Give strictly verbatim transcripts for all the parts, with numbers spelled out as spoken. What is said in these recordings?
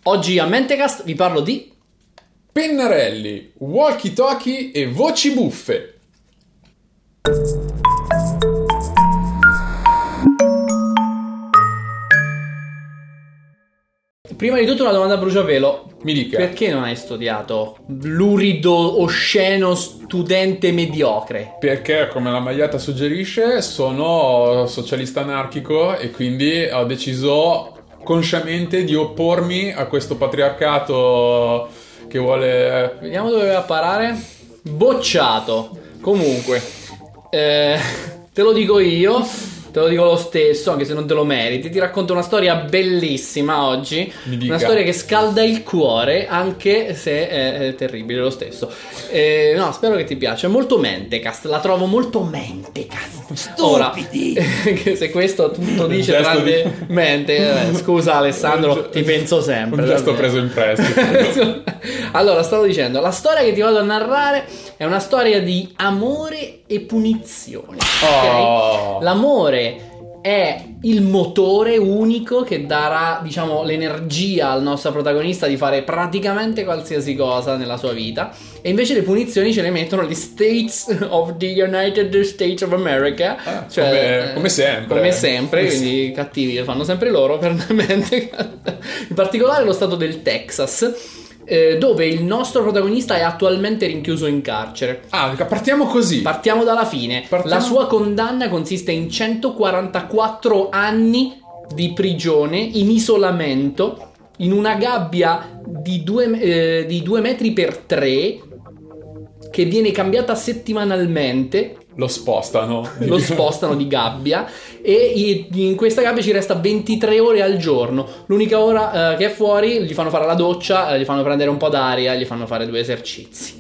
Oggi a Mentecast vi parlo di pennarelli, walkie talkie e voci buffe. Prima di tutto una domanda a bruciapelo. Mi dica. Perché non hai studiato lurido, osceno, studente mediocre? Perché, come la magliata suggerisce, sono socialista anarchico e quindi ho deciso consciamente di oppormi a questo patriarcato che vuole... Vediamo dove va a parare. Bocciato. Comunque, eh, te lo dico io, te lo dico lo stesso, anche se non te lo meriti. Ti racconto una storia bellissima oggi. Mi dica. Una storia che scalda il cuore, anche se è, è terribile lo stesso. Eh, no, spero che ti piaccia. È molto Mentecast, la trovo molto Mentecast. Stupidi. Ora, se questo tutto dice gesto tranne di- mente, eh, scusa Alessandro, ti penso sempre. Un gesto davvero. preso in prestito. Allora, stavo dicendo, la storia che ti vado a narrare è una storia di amore e punizione. Ok? Oh. L'amore è il motore unico che darà, diciamo, l'energia al nostro protagonista di fare praticamente qualsiasi cosa nella sua vita. E invece le punizioni ce le mettono gli States of the United States of America. Ah, Cioè, come- eh, come sempre. Come sempre, quindi cattivi lo fanno sempre loro, per mente. In particolare lo stato del Texas, eh, dove il nostro protagonista è attualmente rinchiuso in carcere. Ah, partiamo così. Partiamo dalla fine. Partiamo- La sua condanna consiste in centoquarantaquattro anni di prigione in isolamento in una gabbia di due, eh, di due metri per tre che viene cambiata settimanalmente. Lo spostano. Lo spostano di gabbia e i- in questa gabbia ci resta ventitré ore al giorno. L'unica ora eh, che è fuori gli fanno fare la doccia, eh, gli fanno prendere un po' d'aria, gli fanno fare due esercizi.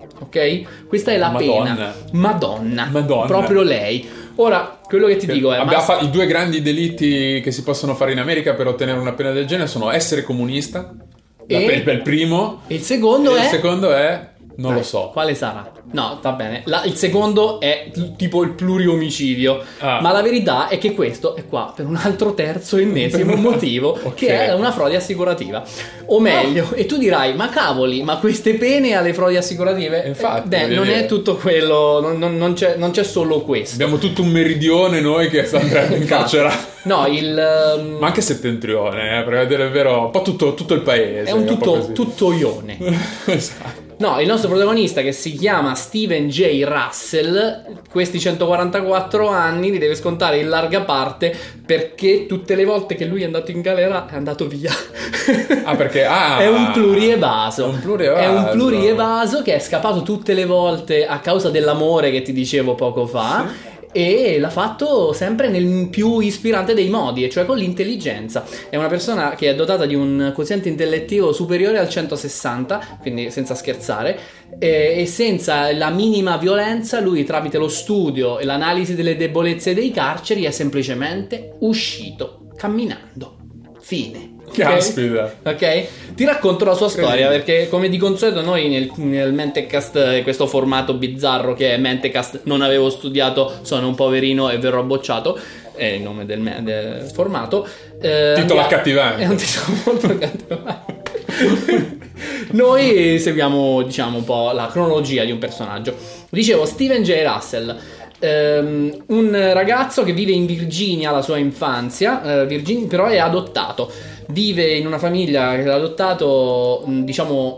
Ok? Questa è la Madonna. pena. Madonna. Madonna. Proprio lei. Ora, quello che ti dico è... Abbiamo ma- fa- I due grandi delitti che si possono fare in America per ottenere una pena del genere sono essere comunista, la- E- per, per il primo, il secondo e è... il secondo è... non Dai, lo so. Quale sarà? No, va bene. La- il secondo è t- tipo il pluriomicidio. Ah. Ma la verità è che questo è qua per un altro terzo ennesimo motivo, Ok. che è una frode assicurativa. O meglio, e tu dirai, ma cavoli, ma queste pene alle frodi assicurative? Infatti, Eh, beh, voglio non dire. è tutto quello, non, non- non c'è, non c'è solo questo. Abbiamo tutto un meridione noi che sta andando in Infatti. carcere. No, il... ehm, Ma anche settentrione, eh, perché a dire il vero, un po' tutto, tutto il paese. è un po' tutto, così. tutto ione. Esatto. No, il nostro protagonista, che si chiama Steven J. Russell, questi centoquarantaquattro anni li deve scontare in larga parte perché tutte le volte che lui è andato in galera è andato via. Ah, perché ah, È un plurievaso. Un plurievaso. È un plurievaso che è scappato tutte le volte a causa dell'amore che ti dicevo poco fa. E l'ha fatto sempre nel più ispirante dei modi, e cioè con l'intelligenza. È una persona che è dotata di un quoziente intellettivo superiore al centosessanta, quindi senza scherzare, e, e senza la minima violenza lui, tramite lo studio e l'analisi delle debolezze dei carceri, è semplicemente uscito camminando. Fine. Ok? Caspita. Ok? Ti racconto la sua storia, Incredibile. perché come di consueto noi nel, nel Mentecast, eh, questo formato bizzarro che è Mentecast, non avevo studiato, sono un poverino e verrò bocciato, è il nome del, me- del formato. Eh, Titolo andiamo- accattivante. È un titolo molto accattivante. Noi seguiamo, diciamo, un po' la cronologia di un personaggio. Dicevo, Steven J. Russell, ehm, un ragazzo che vive in Virginia la sua infanzia, eh, Virginia, però è adottato. Vive in una famiglia che l'ha adottato, mh, diciamo,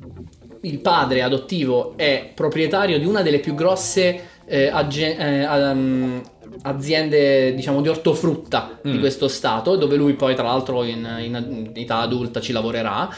il padre adottivo è proprietario di una delle più grosse eh, agge- eh, um, aziende, diciamo, di ortofrutta di Mm. questo stato, dove lui poi tra l'altro in, in età adulta ci lavorerà.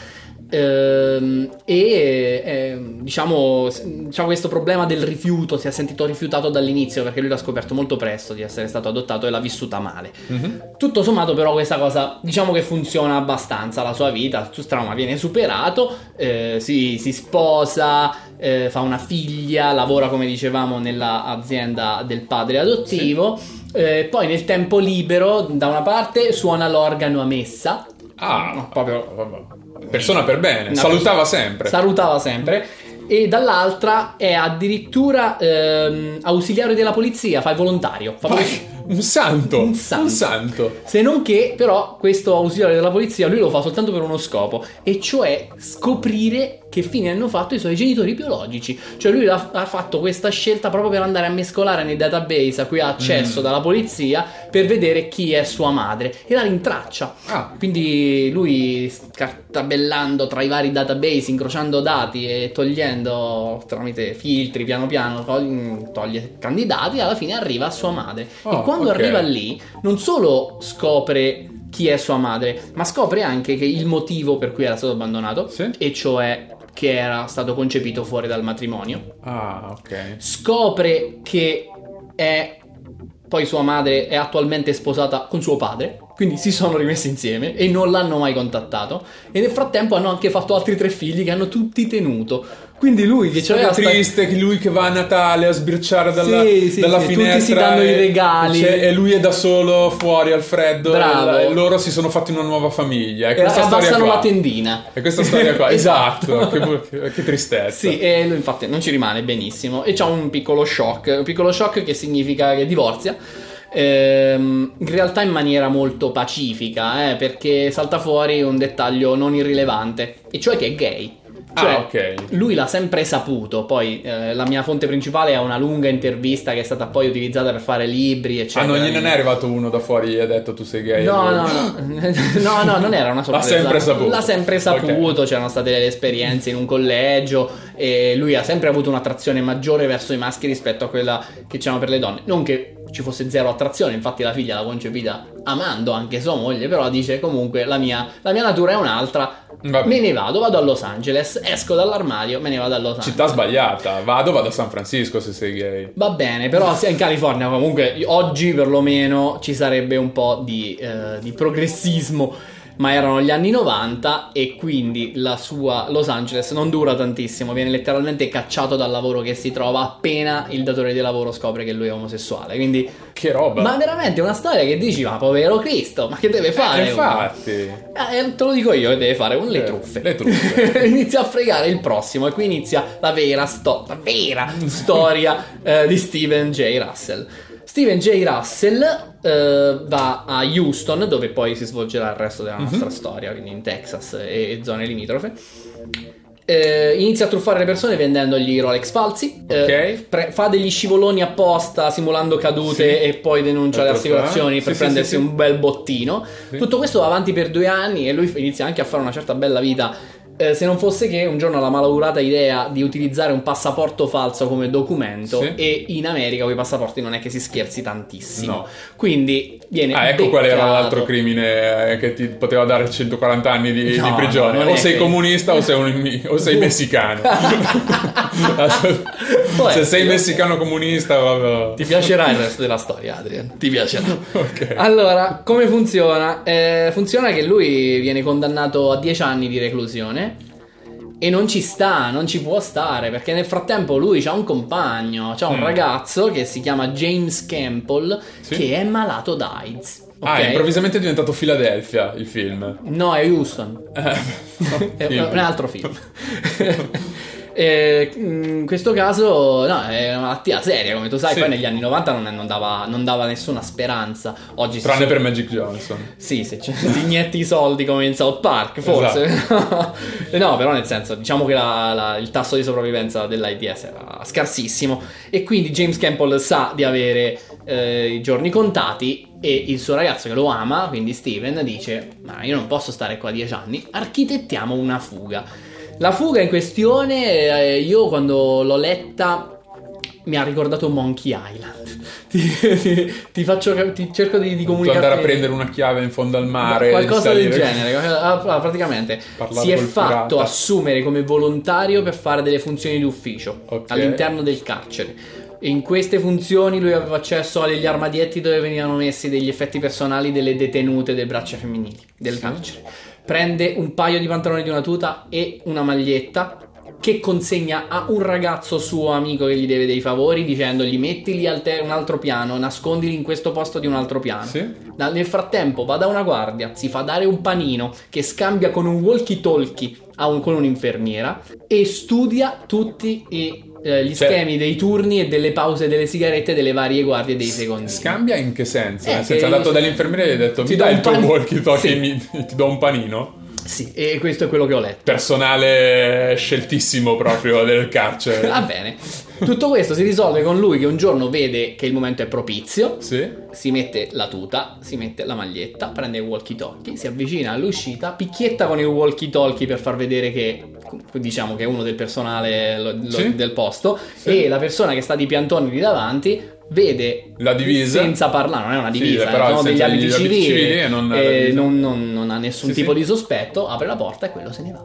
Ehm, e eh, diciamo, diciamo questo problema del rifiuto, si è sentito rifiutato dall'inizio perché lui l'ha scoperto molto presto di essere stato adottato e l'ha vissuta male. Mhm. Tutto sommato però questa cosa, diciamo che funziona abbastanza, la sua vita, il suo trauma viene superato, eh, si, si sposa, eh, fa una figlia, lavora come dicevamo nella azienda del padre adottivo, eh, poi nel tempo libero da una parte suona l'organo a messa. Ah, Proprio vabbè. Persona per bene, Una salutava persona- sempre. Salutava sempre. E dall'altra è addirittura ehm, ausiliario della polizia, fa il volontario. Fa Vai, poli- Un santo, Un santo. un santo. Se non che, però, questo ausiliario della polizia lui lo fa soltanto per uno scopo, e cioè scoprire che fine hanno fatto i suoi genitori biologici. Cioè lui ha, ha fatto questa scelta proprio per andare a mescolare nei database a cui ha accesso Mm. dalla polizia, per vedere chi è sua madre, e la rintraccia. Ah. Quindi lui, scartabellando tra i vari database, incrociando dati e togliendo tramite filtri piano piano, toglie, toglie candidati, alla fine arriva a sua madre. Oh, e quando ok. arriva lì, non solo scopre chi è sua madre, ma scopre anche che il motivo per cui era stato abbandonato, Sì. e cioè che era stato concepito fuori dal matrimonio. Ah, ok. Scopre che è poi sua madre è attualmente sposata con suo padre, quindi si sono rimessi insieme e non l'hanno mai contattato, e nel frattempo hanno anche fatto altri tre figli che hanno tutti tenuto. Quindi lui che Storia c'aveva sta- triste, che lui che va a Natale a sbirciare dalla, Sì, sì, dalla sì, finestra, tutti si danno e, i regali. c'è- e lui è da solo fuori al freddo. Bravo. E, e loro si sono fatti una nuova famiglia. E e questa storia abbassano qua. la tendina. E questa storia qua, Esatto. esatto. che, che tristezza. Sì, e lui infatti non ci rimane benissimo e c'ha un piccolo shock, un piccolo shock che significa che divorzia. Ehm, in realtà in maniera molto pacifica, eh, perché salta fuori un dettaglio non irrilevante, e cioè che è gay. Cioè, Ah, ok. lui l'ha sempre saputo. Poi eh, la mia fonte principale è una lunga intervista che è stata poi utilizzata per fare libri, Ah, eccetera. non gliene è arrivato uno da fuori e ha detto tu sei gay. No, e lui- no, no, no, no, non era una sorpresa. L'ha sempre saputo. L'ha sempre saputo, c'erano state delle esperienze in un collegio e lui ha sempre avuto un'attrazione maggiore verso i maschi rispetto a quella che c'erano per le donne. Non che ci fosse zero attrazione, infatti la figlia l'ha concepita amando anche sua moglie, però dice comunque la mia, la mia natura è un'altra, Vabbè. me ne vado, vado a Los Angeles, esco dall'armadio, me ne vado a Los Angeles. Città sbagliata. Vado, vado a San Francisco se sei gay. Va bene, però sia in California comunque oggi perlomeno ci sarebbe un po' di, eh, di progressismo, ma erano gli anni novanta e quindi la sua Los Angeles non dura tantissimo, viene letteralmente cacciato dal lavoro che si trova appena il datore di lavoro scopre che lui è omosessuale, quindi... Che roba. Ma veramente una storia che dici, ma povero Cristo, ma che deve fare? Eh, infatti. Eh, te lo dico io che deve fare, un le Eh, truffe. le truffe. Inizia a fregare il prossimo e qui inizia la vera, sto- la vera storia eh, di Steven J. Russell. Steven J. Russell eh, va a Houston, dove poi si svolgerà il resto della nostra Mhm. storia, quindi in Texas e, e zone limitrofe. Eh, inizia a truffare le persone vendendogli Rolex falsi, eh, Ok. pre- fa degli scivoloni apposta simulando cadute Sì. e poi denuncia le Ecco qua. assicurazioni Sì, per sì, prendersi sì, sì. un bel bottino. Sì. Tutto questo va avanti per due anni e lui inizia anche a fare una certa bella vita. Eh, se non fosse che un giorno ha la malaugurata idea di utilizzare un passaporto falso come documento, Sì. e in America con i passaporti non è che si scherzi tantissimo. No. Quindi viene Ah, ecco qual era beccato. l'altro crimine eh, che ti poteva dare centoquaranta anni di, No, di prigione. non O è sei che- comunista o sei, un, o sei messicano. Può Se sei essere. messicano comunista, vabbè. Ti piacerà il resto della storia, Adrian. Ti piacerà. Ok. Allora, come funziona? Eh, funziona che lui viene condannato a dieci anni di reclusione. E non ci sta, non ci può stare, perché nel frattempo lui c'ha un compagno, c'ha un Mm. ragazzo che si chiama James Campbell, Sì. che è malato d'AIDS. Ah, ok? improvvisamente è diventato Philadelphia il film. No, è Houston. Eh, no, È film. un altro film. E, in questo caso, no, è una malattia seria, come tu sai. Sì. Poi negli anni novanta non, non, dava, non dava nessuna speranza. Oggi si Tranne sono- per Magic Johnson. Sì, se ci- ti inietti i soldi come in South Park, forse. Esatto. No, però nel senso, diciamo che la- la- il tasso di sopravvivenza dell'AIDS era scarsissimo e quindi James Campbell sa di avere eh, i giorni contati, e il suo ragazzo che lo ama, quindi Steven, dice: ma io non posso stare qua dieci anni, architettiamo una fuga. La fuga in questione, eh, io quando l'ho letta mi ha ricordato Monkey Island. ti, ti- ti faccio cap- ti cerco di, di Tu comunicare. andare a prendere una chiave in fondo al mare. Qualcosa di del salire- genere. Ah, praticamente Parlare si è col fatto pirata. assumere come volontario per fare delle funzioni d'ufficio Ok. all'interno del carcere. In queste funzioni lui aveva accesso agli armadietti dove venivano messi degli effetti personali delle detenute delle braccia femminili del Sì. carcere. Prende un paio di pantaloni di una tuta e una maglietta che consegna a un ragazzo suo amico che gli deve dei favori, dicendogli: mettili al te- un altro piano, nascondili in questo posto di un altro piano. Sì. Da- Nel frattempo va da una guardia, si fa dare un panino che scambia con un walkie talkie a un- con un'infermiera e studia tutti i eh, gli Cioè- schemi dei turni e delle pause delle sigarette delle varie guardie dei secondi. Scambia in che senso? Eh, Nel senso, è che- andato dall'infermiere e gli ha detto: Ti mi do dai un il tuo pan- walkie talkie, Sì. mi- ti do un panino? Sì, e questo è quello che ho letto. Personale sceltissimo proprio del carcere. Va bene. Tutto questo si risolve con lui che un giorno vede che il momento è propizio, Sì. si mette la tuta, si mette la maglietta, prende il walkie talkie, si avvicina all'uscita, picchietta con il walkie talkie per far vedere che, diciamo, che è uno del personale lo- lo- Sì. del posto, Sì. e la persona che sta di piantone lì davanti vede La divisa. senza parlare, non è una Sì, divisa, però sono degli senza abiti gli abiti civili, civili e non ha la e divisa. non, non- non ha nessun Sì, tipo sì. di sospetto, apre la porta e quello se ne va.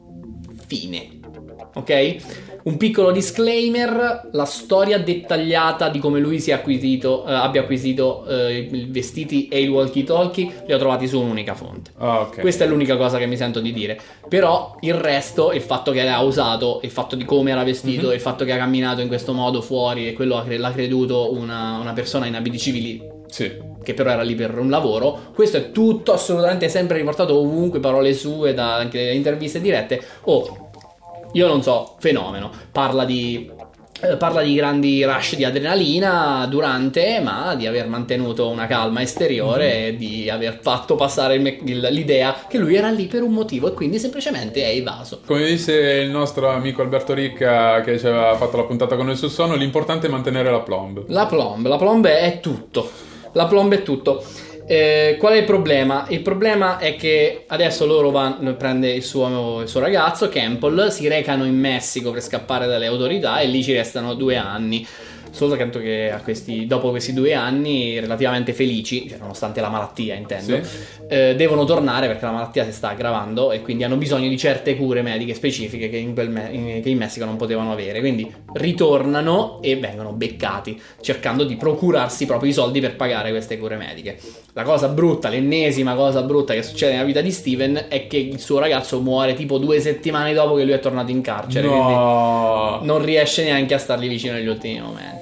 Fine. Ok? Un piccolo disclaimer: la storia dettagliata di come lui si è acquisito, eh, abbia acquisito eh, i vestiti e il walkie talkie li ho trovati su un'unica fonte. Ah, ok. Questa è l'unica cosa che mi sento di dire. Però il resto, il fatto che ha usato, il fatto di come era vestito, Mhm. il fatto che ha camminato in questo modo fuori e quello ha cre- l'ha creduto una, una persona in abiti civili, Sì. che però era lì per un lavoro, questo è tutto assolutamente sempre riportato ovunque, parole sue, da anche interviste dirette. Oh, io non so, fenomeno. Parla di eh, parla di grandi rush di adrenalina durante, ma di aver mantenuto una calma esteriore e di aver fatto passare il me- il- l'idea che lui era lì per un motivo e quindi semplicemente è evaso. Come disse il nostro amico Alberto Ricca, che ci aveva fatto la puntata con noi sul sonno, l'importante è mantenere la plomb. La plomb, la plomb è tutto. La plomb è tutto. Eh, qual è il problema? Il problema è che adesso loro vanno, prende il suo, il suo ragazzo Campbell, si recano in Messico per scappare dalle autorità e lì ci restano due anni. Soltanto che a questi, dopo questi due anni relativamente felici, cioè nonostante la malattia intendo, Sì. eh, devono tornare perché la malattia si sta aggravando e quindi hanno bisogno di certe cure mediche specifiche che in, quel me- in- che in Messico non potevano avere. Quindi ritornano e vengono beccati, cercando di procurarsi proprio i soldi per pagare queste cure mediche. La cosa brutta, l'ennesima cosa brutta che succede nella vita di Steven è che il suo ragazzo muore tipo due settimane dopo che lui è tornato in carcere. Quindi No. non riesce neanche a stargli vicino negli ultimi momenti.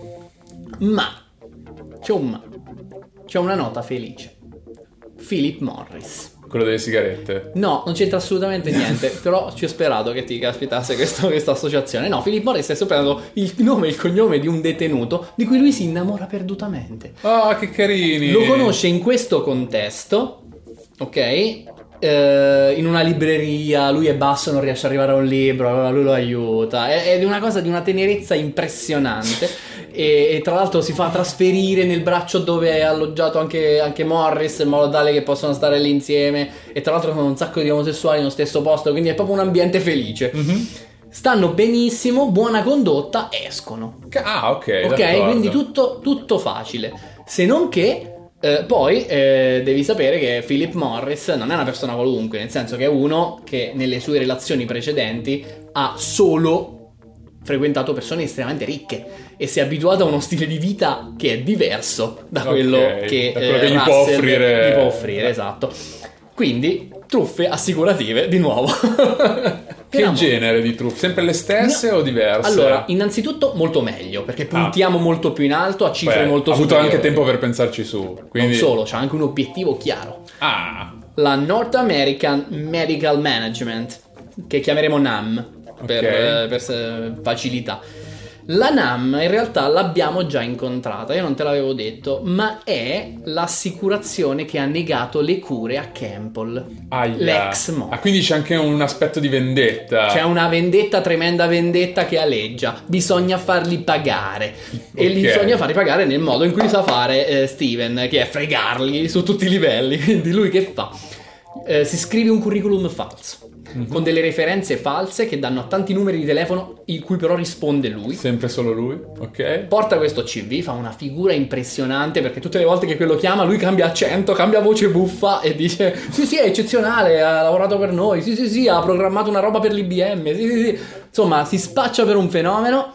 Ma c'è un ma. C'è una nota felice. Philip Morris. Quello delle sigarette. No, non c'entra assolutamente niente. Però ci ho sperato che ti caspitasse questo- questa associazione. No, Philip Morris è sempre dato il nome e il cognome di un detenuto di cui lui si innamora perdutamente. Ah, che carini. Lo conosce in questo contesto, ok? Eh, in una libreria, lui è basso, non riesce ad arrivare a un libro, allora lui lo aiuta. È, è di una cosa di una tenerezza impressionante. E, e tra l'altro si fa trasferire nel braccio dove è alloggiato anche, anche Morris, in modo tale che possono stare lì insieme. E tra l'altro sono un sacco di omosessuali nello stesso posto, quindi è proprio un ambiente felice. Mhm. Stanno benissimo, buona condotta, escono. Ah, ok. Ok, d'accordo. quindi tutto, tutto facile. Se non che eh, poi eh, devi sapere che Philip Morris non è una persona qualunque, nel senso che è uno che nelle sue relazioni precedenti ha solo frequentato persone estremamente ricche e si è abituato a uno stile di vita che è diverso da Ok, quello che, da quello eh, che gli può Russell offrire. gli può offrire, esatto. Quindi truffe assicurative di nuovo. Che Vediamo. genere di truffe? Sempre le stesse No. o diverse? Allora, innanzitutto molto meglio, perché puntiamo molto più in alto a cifre Beh, molto ha avuto superiori. anche tempo per pensarci su. Quindi... Non solo, c'ha anche un obiettivo chiaro. Ah, La North American Medical Management, che chiameremo NAM per, Ok. eh, per eh, facilità. La NAM in realtà l'abbiamo già incontrata, io non te l'avevo detto, ma è l'assicurazione che ha negato le cure a Campbell, aia. l'ex mo. Ah, quindi c'è anche un aspetto di vendetta. C'è una vendetta, tremenda vendetta che aleggia. Bisogna farli pagare. E li Ok. bisogna farli pagare nel modo in cui sa fare eh, Steven, che è fregarli su tutti i livelli. Quindi lui che fa? Eh, si scrive un curriculum falso. Mhm. Con delle referenze false che danno a tanti numeri di telefono in cui però risponde lui. Sempre solo lui, ok? Porta questo C V, fa una figura impressionante perché tutte le volte che quello chiama lui cambia accento, cambia voce buffa e dice sì sì è eccezionale, ha lavorato per noi, sì sì sì ha programmato una roba per l'I B M, sì sì sì. Insomma si spaccia per un fenomeno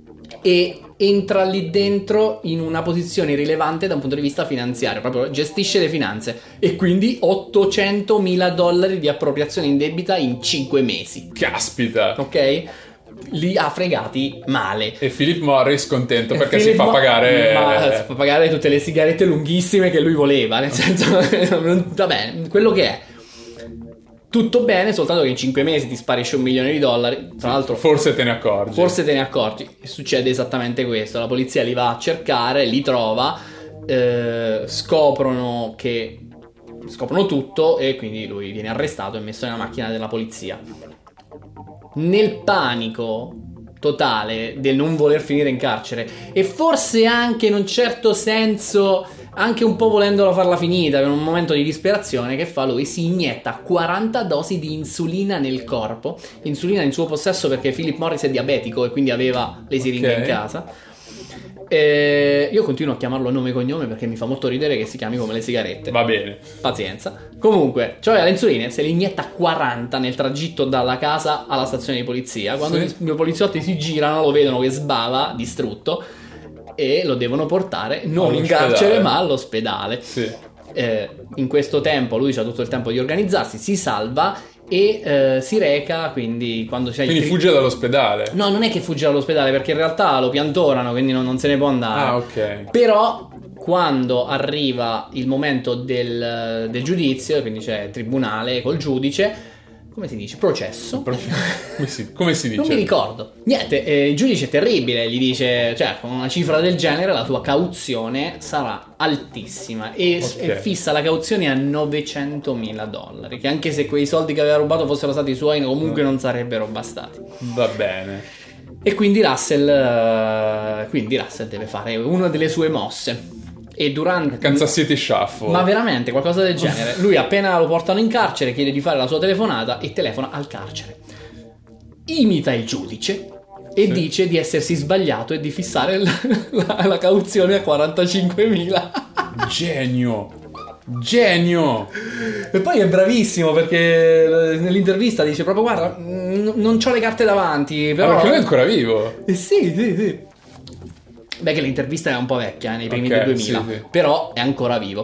e entra lì dentro in una posizione rilevante da un punto di vista finanziario, proprio gestisce le finanze e quindi ottocentomila dollari di appropriazione indebita in cinque mesi, Caspita. ok? Li ha fregati male. E Philip Morris contento perché Philip si fa Mo- pagare... ma si fa pagare tutte le sigarette lunghissime che lui voleva, nel senso va bene, quello che è. Tutto bene, soltanto che in cinque mesi ti sparisce un milione di dollari. Tra l'altro, forse te ne accorgi. Forse te ne accorgi. E succede esattamente questo. La polizia li va a cercare, li trova, eh, scoprono che scoprono tutto e quindi lui viene arrestato e messo nella macchina della polizia. Nel panico totale del non voler finire in carcere e forse anche in un certo senso anche un po' volendolo farla finita, in un momento di disperazione, che fa lui? Si inietta quaranta dosi di insulina nel corpo, insulina in suo possesso perché Philip Morris è diabetico e quindi aveva le siringhe okay. in casa. E io continuo a chiamarlo nome e cognome perché mi fa molto ridere che si chiami come le sigarette. Va bene. Pazienza. Comunque, cioè l'insulina se le inietta quaranta nel tragitto dalla casa alla stazione di polizia. Quando sì. i poliziotti si girano lo vedono che sbava, distrutto, e lo devono portare non in carcere ma all'ospedale. Sì. Eh, in questo tempo lui ha tutto il tempo di organizzarsi, si salva e eh, si reca, quindi quando c'è quindi il tri- fugge dall'ospedale. No, non è che fugge dall'ospedale perché in realtà lo piantonano, quindi non, non se ne può andare. Ah, ok. Però quando arriva il momento del, del giudizio, quindi c'è tribunale col giudice, come si dice? Processo. Come si, come si dice? Non mi ricordo. Niente, eh, il giudice è terribile, gli dice, cioè, con una cifra del genere la tua cauzione sarà altissima e, okay. e fissa la cauzione a novecentomila dollari, che anche se quei soldi che aveva rubato fossero stati suoi, comunque non sarebbero bastati. Va bene. E quindi Russell, quindi Russell deve fare una delle sue mosse. E durante Kansas City Shuffle, ma veramente qualcosa del genere. Lui appena lo portano in carcere chiede di fare la sua telefonata e telefona al carcere, imita il giudice e sì. dice di essersi sbagliato e di fissare la, la, la cauzione a quarantacinquemila. Genio, genio. E poi è bravissimo perché nell'intervista dice proprio guarda n- non c'ho le carte davanti però... Ah, perché lui è ancora vivo? Eh sì sì sì Beh, che l'intervista è un po' vecchia, eh, nei primi okay, del duemila, sì, sì. Però è ancora vivo.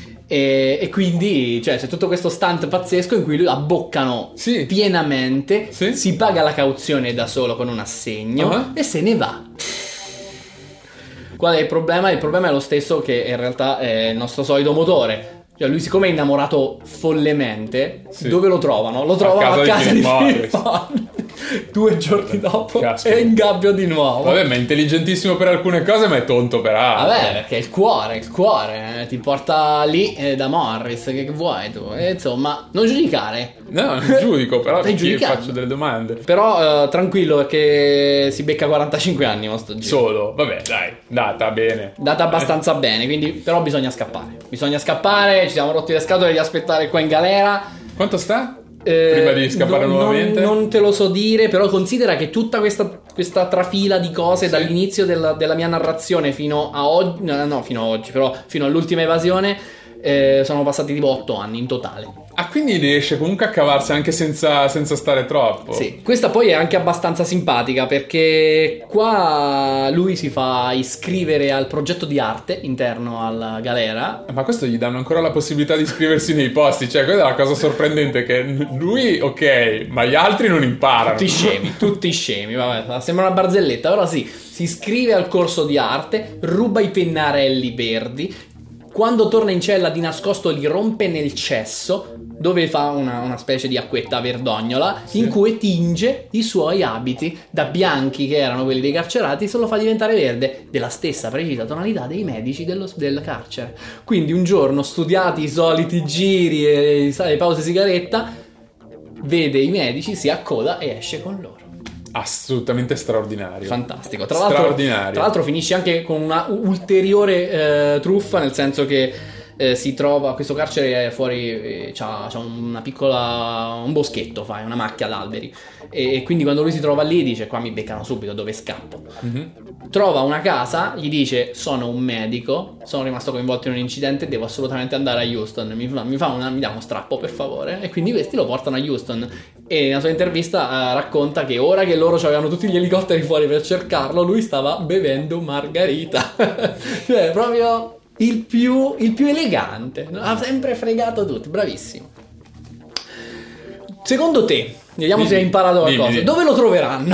E, e quindi, cioè, c'è tutto questo stunt pazzesco in cui lui abboccano sì. pienamente, sì. si paga la cauzione da solo con un assegno uh-huh. e se ne va. Qual è il problema? Il problema è lo stesso che in realtà è il nostro solito motore. Cioè, lui siccome è innamorato follemente, sì. dove lo trovano? Lo trovano a casa, a casa di Philip Morris. Due giorni dopo Caspita. È in gabbio di nuovo. Vabbè, ma è intelligentissimo per alcune cose, ma è tonto per altre. Vabbè, perché il cuore, il cuore eh, ti porta lì eh, da Morris. Che, che vuoi tu? E, insomma, non giudicare. No, non giudico, però ti faccio delle domande. Però eh, tranquillo perché si becca quarantacinque anni sto giro. Solo, vabbè, dai, data bene. Data abbastanza eh. bene, quindi però bisogna scappare. Bisogna scappare, ci siamo rotti le scatole di aspettare qua in galera. Quanto sta? Eh, prima di scappare non, nuovamente? Non, non te lo so dire, però considera che tutta questa, questa trafila di cose sì. dall'inizio della, della mia narrazione fino a oggi, no, no fino a oggi, però fino all'ultima evasione eh, sono passati tipo otto anni in totale. Ah, quindi riesce comunque a cavarsi anche senza, senza stare troppo. Sì, questa poi è anche abbastanza simpatica perché qua lui si fa iscrivere al progetto di arte interno alla galera. Ma questo gli danno ancora la possibilità di iscriversi nei posti, cioè quella è la cosa sorprendente, che lui ok, ma gli altri non imparano. Tutti scemi, tutti scemi, vabbè, sembra una barzelletta, però sì, si iscrive al corso di arte, ruba i pennarelli verdi, quando torna in cella di nascosto li rompe nel cesso, dove fa una, una specie di acquetta verdognola, sì. in cui tinge i suoi abiti da bianchi, che erano quelli dei carcerati, se lo fa diventare verde, della stessa precisa tonalità dei medici dello, del carcere. Quindi un giorno, studiati i soliti giri e le pause sigaretta, vede i medici, si accoda e esce con loro. Assolutamente straordinario. Fantastico. Tra l'altro, straordinario. Tra l'altro finisce anche con una ulteriore eh, truffa, nel senso che eh, si trova, questo carcere è fuori, eh, c'ha, c'ha una piccola, un boschetto, fai, una macchia d'alberi, e, e quindi quando lui si trova lì dice qua mi beccano subito, dove scappo? Mm-hmm. Trova una casa, gli dice sono un medico, sono rimasto coinvolto in un incidente, devo assolutamente andare a Houston, mi fa, mi fa una, mi dà uno strappo per favore, e quindi questi lo portano a Houston. E nella sua intervista uh, racconta che ora che loro avevano tutti gli elicotteri fuori per cercarlo, lui stava bevendo margarita. Cioè proprio il più, il più elegante, ha sempre fregato tutti, bravissimo. Secondo te, vediamo dimmi, se hai imparato qualcosa, dimmi, dimmi. Dove lo troveranno?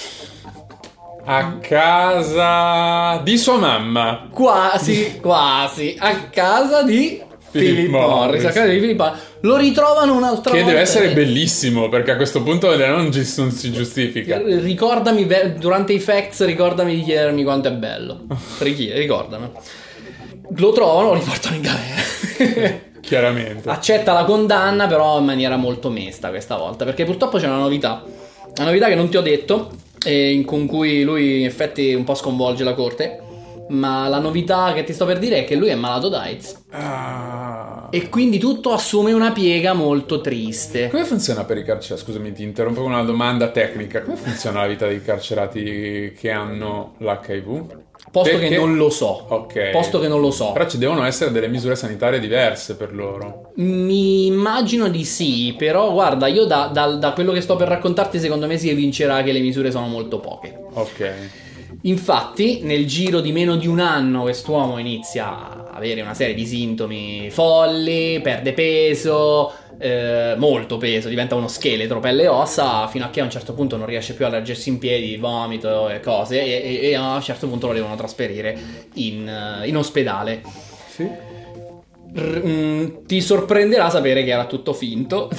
A casa di sua mamma. Quasi, quasi, a casa di Philip Morris, la casa di Philip Morris, lo ritrovano un'altra che volta. Che deve essere e... bellissimo, perché a questo punto non, gi- non si giustifica. Ricordami, durante i facts, ricordami di chiedermi quanto è bello. Richiede, ricordami. Lo trovano, lo riportano in galera. Chiaramente. Accetta la condanna, però in maniera molto mesta questa volta, perché purtroppo c'è una novità. Una novità che non ti ho detto, e con cui lui in effetti un po' sconvolge la corte. Ma la novità che ti sto per dire è che lui è malato d'AIDS. Ah. E quindi tutto assume una piega molto triste. Come funziona per i carcerati? Scusami, ti interrompo con una domanda tecnica. Come funziona la vita dei carcerati che hanno l'H I V? Posto Perché... che non lo so. Ok. Posto che non lo so. Però ci devono essere delle misure sanitarie diverse per loro. Mi immagino di sì. Però guarda, io da, da, da quello che sto per raccontarti, secondo me si evincerà che le misure sono molto poche. Ok. Infatti, nel giro di meno di un anno quest'uomo inizia a avere una serie di sintomi folli, perde peso, eh, molto peso, diventa uno scheletro, pelle e ossa, fino a che a un certo punto non riesce più a reggersi in piedi, vomito e cose, e, e, e a un certo punto lo devono trasferire in, in ospedale. Sì. R- mh, ti sorprenderà sapere che era tutto finto.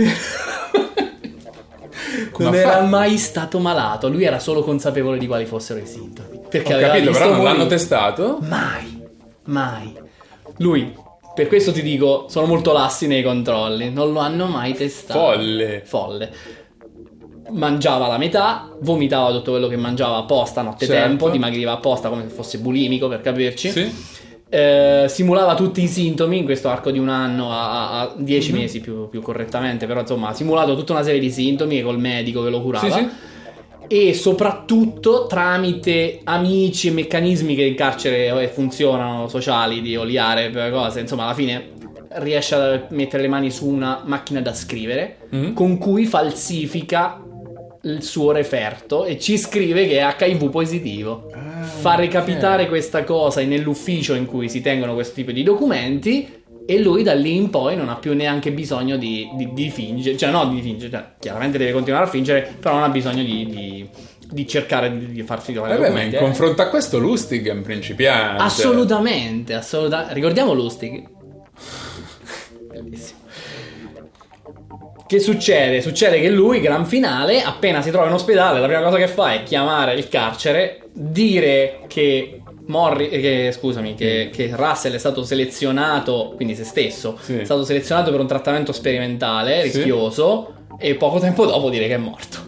Non Ma era fa... mai stato malato, lui era solo consapevole di quali fossero i sintomi. Perché Ho aveva capito, visto però non morire. l'hanno testato? Mai, mai. Lui, per questo ti dico, sono molto lassi nei controlli, non lo hanno mai testato. Folle. Folle. Mangiava la metà, vomitava tutto quello che mangiava apposta notte Certo. tempo, dimagriva apposta come se fosse bulimico, per capirci. Sì. Eh, simulava tutti i sintomi in questo arco di un anno a, a dieci Mm-hmm. mesi più, più correttamente, però insomma ha simulato tutta una serie di sintomi col medico che lo curava. Sì, sì. E soprattutto tramite amici e meccanismi che in carcere funzionano, sociali, di oliare per cose, insomma alla fine riesce a mettere le mani su una macchina da scrivere Mm. con cui falsifica il suo referto e ci scrive che è H I V positivo. Ah, Fa recapitare ok. questa cosa nell'ufficio in cui si tengono questo tipo di documenti e lui da lì in poi non ha più neanche bisogno di, di, di fingere, cioè no di fingere, cioè, chiaramente deve continuare a fingere, però non ha bisogno di, di, di cercare di, di farsi trovare Eh beh, ma documenti. in eh. confronto a questo Lustig è un principiante. Assolutamente, assolutamente. Ricordiamo Lustig. Bellissimo. Che succede? Succede che lui, gran finale, appena si trova in ospedale, la prima cosa che fa è chiamare il carcere, dire che Morri, che scusami, che, che Russell è stato selezionato, quindi se stesso, Sì. è stato selezionato per un trattamento sperimentale rischioso, sì. E poco tempo dopo dire che è morto.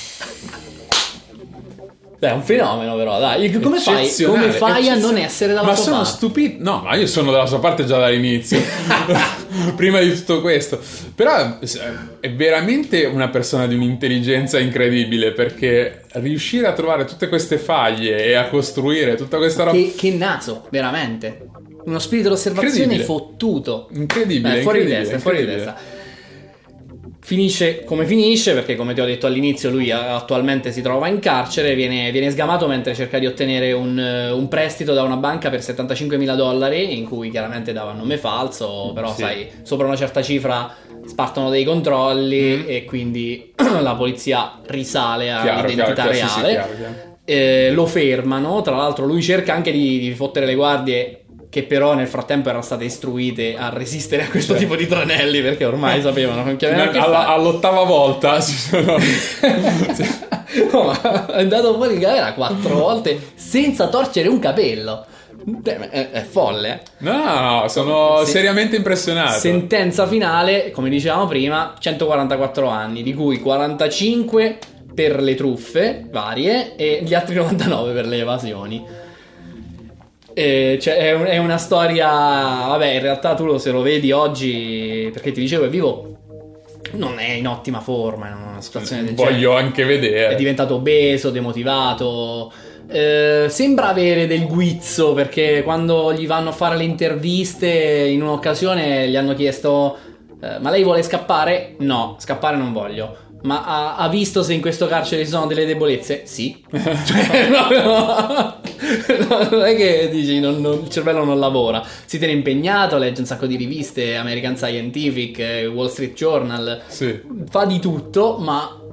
Beh, è un fenomeno però, dai. Come fai, come fai a non essere dalla ma sua sono parte? stupito. No, ma io sono dalla sua parte già dall'inizio. Prima di tutto questo. Però è veramente una persona di un'intelligenza incredibile, perché riuscire a trovare tutte queste faglie e a costruire tutta questa roba. Che, che naso, veramente. Uno spirito d'osservazione fottuto. Incredibile, eh, fuori di incredibile, testa, fuori di incredibile. testa. Finisce come finisce, perché come ti ho detto all'inizio lui attualmente si trova in carcere, viene, viene sgamato mentre cerca di ottenere un, un prestito da una banca per settantacinquemila dollari, in cui chiaramente dava un nome falso, però sì. sai, sopra una certa cifra spartono dei controlli mm. e quindi la polizia risale all'identità chiaro, chiaro, reale. sì, sì, chiaro, chiaro. Eh, lo fermano, tra l'altro lui cerca anche di, di fottere le guardie, che però nel frattempo erano state istruite a resistere a questo Cioè. tipo di tranelli, perché ormai sapevano con chi avevano a che Alla, fare. all'ottava volta si sono... No, ma è andato fuori in galera quattro volte senza torcere un capello. È, è folle, eh? No, no, no, sono Se- seriamente impressionato. Sentenza finale, come dicevamo prima, centoquarantaquattro anni, di cui quarantacinque per le truffe varie e gli altri novantanove per le evasioni. E cioè, è, un- è una storia. Vabbè, in realtà tu lo, se lo vedi oggi, perché ti dicevo è vivo, non è in ottima forma, è in una situazione del genere. Voglio anche vedere. È diventato obeso, demotivato. Eh, sembra avere del guizzo, perché quando gli vanno a fare le interviste, in un'occasione gli hanno chiesto: eh, ma lei vuole scappare? No, scappare non voglio. Ma ha, ha visto se in questo carcere ci sono delle debolezze? Sì. Cioè, no, no, no, non è che dici non, non, il cervello non lavora. Si tiene impegnato, legge un sacco di riviste, American Scientific, Wall Street Journal, Sì. fa di tutto, ma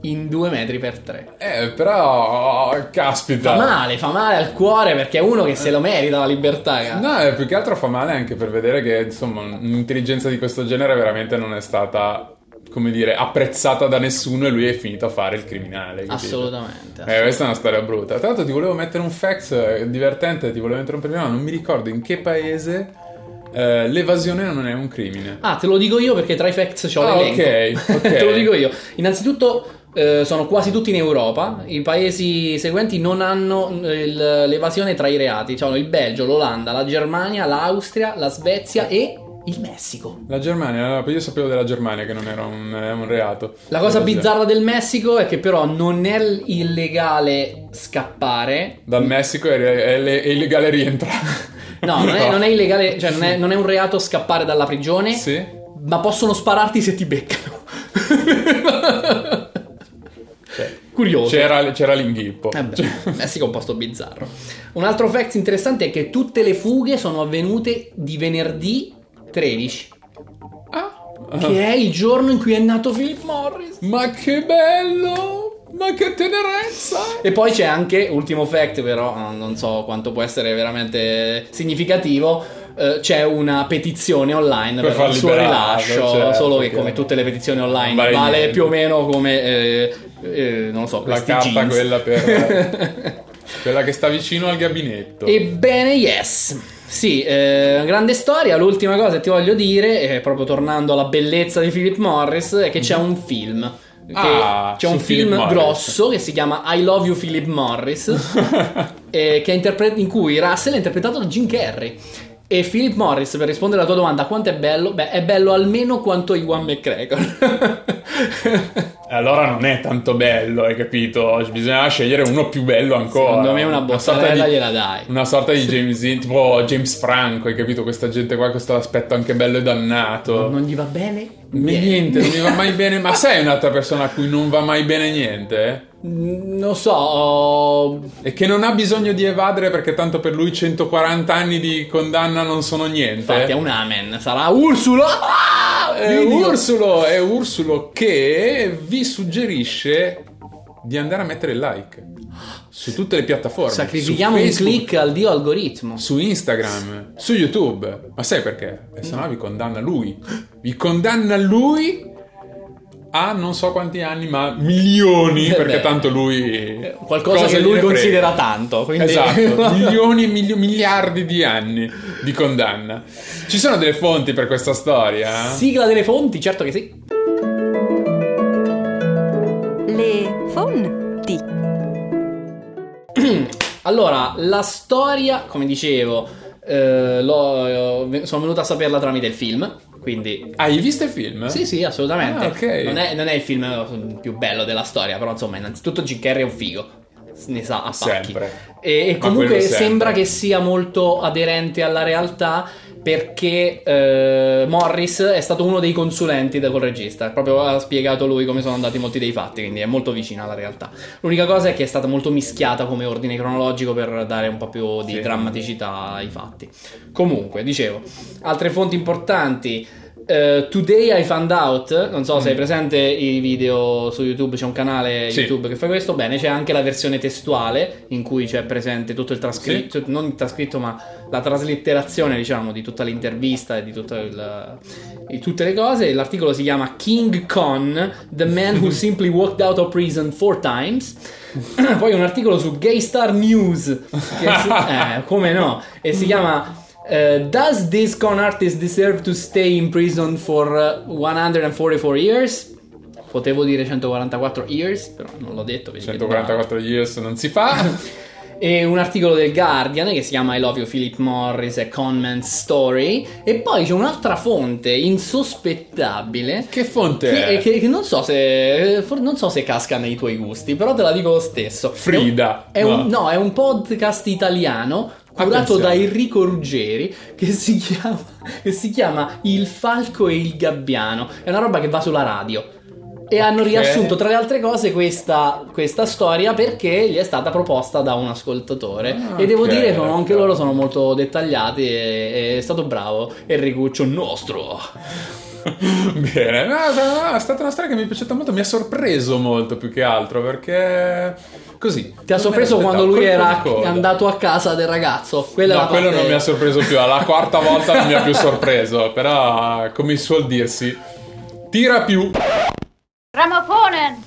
in due metri per tre. Eh, però, caspita. Fa male, fa male al cuore perché è uno che se lo merita la libertà. Cara. No, eh, più che altro fa male anche per vedere che, insomma, un'intelligenza di questo genere veramente non è stata, come dire, apprezzata da nessuno e lui è finito a fare il criminale. Capito? Assolutamente, assolutamente. Eh, questa è una storia brutta. Tra l'altro ti volevo mettere un fax divertente, ti volevo mettere un prima, ma non mi ricordo in che paese eh, l'evasione non è un crimine. Ah, te lo dico io perché tra i facts c'ho Ah, l'elenco. ok, ok. Te lo dico io. Innanzitutto eh, sono quasi tutti in Europa. I paesi seguenti non hanno il- l'evasione tra i reati. Cioè il Belgio, l'Olanda, la Germania, l'Austria, la Svezia e il Messico. La Germania, io sapevo della Germania che non era un, eh, un reato. La cosa L'evasione. bizzarra del Messico è che però non è illegale scappare. Dal Messico è, è- è illegale rientrare. No, non è, non è illegale, cioè non è, non è un reato scappare dalla prigione, Sì. ma possono spararti se ti beccano. Curioso. C'era, c'era l'inghippo. Eh beh, Messico è un posto bizzarro. Un altro fact interessante è che tutte le fughe sono avvenute di venerdì tredici, Ah. che è il giorno in cui è nato Philip Morris. Ma che bello! Ma che tenerezza! E poi c'è anche, ultimo fact però, non- non so quanto può essere veramente significativo, eh, c'è una petizione online Per per, far il suo liberarlo, rilascio, certo, solo che che- come tutte le petizioni online Vale vale, niente. più o meno come, eh, eh, non lo so, La questi carta jeans. quella per... quella che sta vicino al gabinetto. Ebbene, yes. Sì, eh, grande storia. L'ultima cosa che ti voglio dire, eh, proprio tornando alla bellezza di Philip Morris, è che c'è un film. Che Ah, c'è un su Philip film Morris. grosso che si chiama I Love You Philip Morris, eh, che è interpre- in cui Russell è interpretato da Jim Carrey. E Philip Morris, per rispondere alla tua domanda, quanto è bello? Beh, è bello almeno quanto Ewan McGregor. Allora non è tanto bello, hai capito? Bisognava scegliere uno più bello ancora. Secondo me una sorta bossarella di- gliela dai. Una sorta di James Dean, tipo James Franco, hai capito? Questa gente qua con questo aspetto anche bello e dannato. Non gli va bene? Niente, non mi va mai bene. Ma sei un'altra persona a cui non va mai bene niente? Mm, Non so. ho- E che non ha bisogno di evadere perché tanto per lui centoquaranta anni di condanna non sono niente. Infatti è un amen. Sarà Ursulo. Ah! È Video. Ursulo, è Ursulo che vi suggerisce di andare a mettere il like su tutte le piattaforme. Sacrifichiamo su un Facebook, click al dio algoritmo. su Instagram, su YouTube. Ma sai perché? E se no vi condanna lui. Vi condanna lui a non so quanti anni, ma milioni, Eh perché beh. tanto lui... Qualcosa cosa che lui gliene frega. considera tanto. Quindi... Esatto, milioni e mili- miliardi di anni di condanna. Ci sono delle fonti per questa storia? Sigla delle fonti, certo che sì. Le fonti. Allora, la storia, come dicevo, eh, l'ho- eh, sono venuto a saperla tramite il film. Quindi Hai visto il film? sì, sì, assolutamente. Ah, ok. non, è, non è il film più bello della storia, però insomma, innanzitutto Jim Carrey è un figo. Ne sa a pacchi. Sempre. E, e Ma comunque quello sempre. sembra che sia molto aderente alla realtà perché eh, Morris è stato uno dei consulenti del col regista. Proprio ha spiegato lui come sono andati molti dei fatti, quindi è molto vicino alla realtà. L'unica cosa è che è stata molto mischiata come ordine cronologico per dare un po' più di Sì. drammaticità ai fatti. Comunque, dicevo, altre fonti importanti. eh, Today I Found Out, non so se hai presente i video su YouTube, c'è un canale Sì. YouTube che fa questo. Bene, c'è anche la versione testuale in cui c'è presente tutto il trascritto, non il trascritto ma la traslitterazione, diciamo, di tutta l'intervista e di, tutto il, di tutte le cose. L'articolo si chiama King Con, The Man Who Simply Walked Out of Prison Four Times. Poi un articolo su Gaystar News che si- eh, come no, e si chiama Uh, does this con artist deserve to stay in prison for uh, centoquarantaquattro years? Potevo dire centoquarantaquattro years, però non l'ho detto. vedi che centoquarantaquattro years non si fa. bravo. E un articolo del Guardian che si chiama I Love You Philip Morris, a Conman's Story. E poi c'è un'altra fonte insospettabile Che fonte che, è? che- che non so se for- non so se casca nei tuoi gusti, però te la dico lo stesso. Frida. È un, No. no, è un podcast italiano curato Attenzione. da Enrico Ruggeri che si chiama che si chiama Il Falco e il Gabbiano. È una roba che va sulla radio. E hanno Ok. riassunto tra le altre cose questa, questa storia perché gli è stata proposta da un ascoltatore. Ah, e devo ok, dire che sono- anche ok. loro sono molto dettagliati. E, e è stato bravo Enricuccio nostro. Bene, no, no, è stata una storia che mi è piaciuta molto, mi ha sorpreso molto più che altro perché così. Ti ha sorpreso quando lui era andato a casa del ragazzo? Quella no, è la quello parte... non mi ha sorpreso più, alla quarta volta non mi ha più sorpreso, però come suol dirsi, tira più. Grammofonen!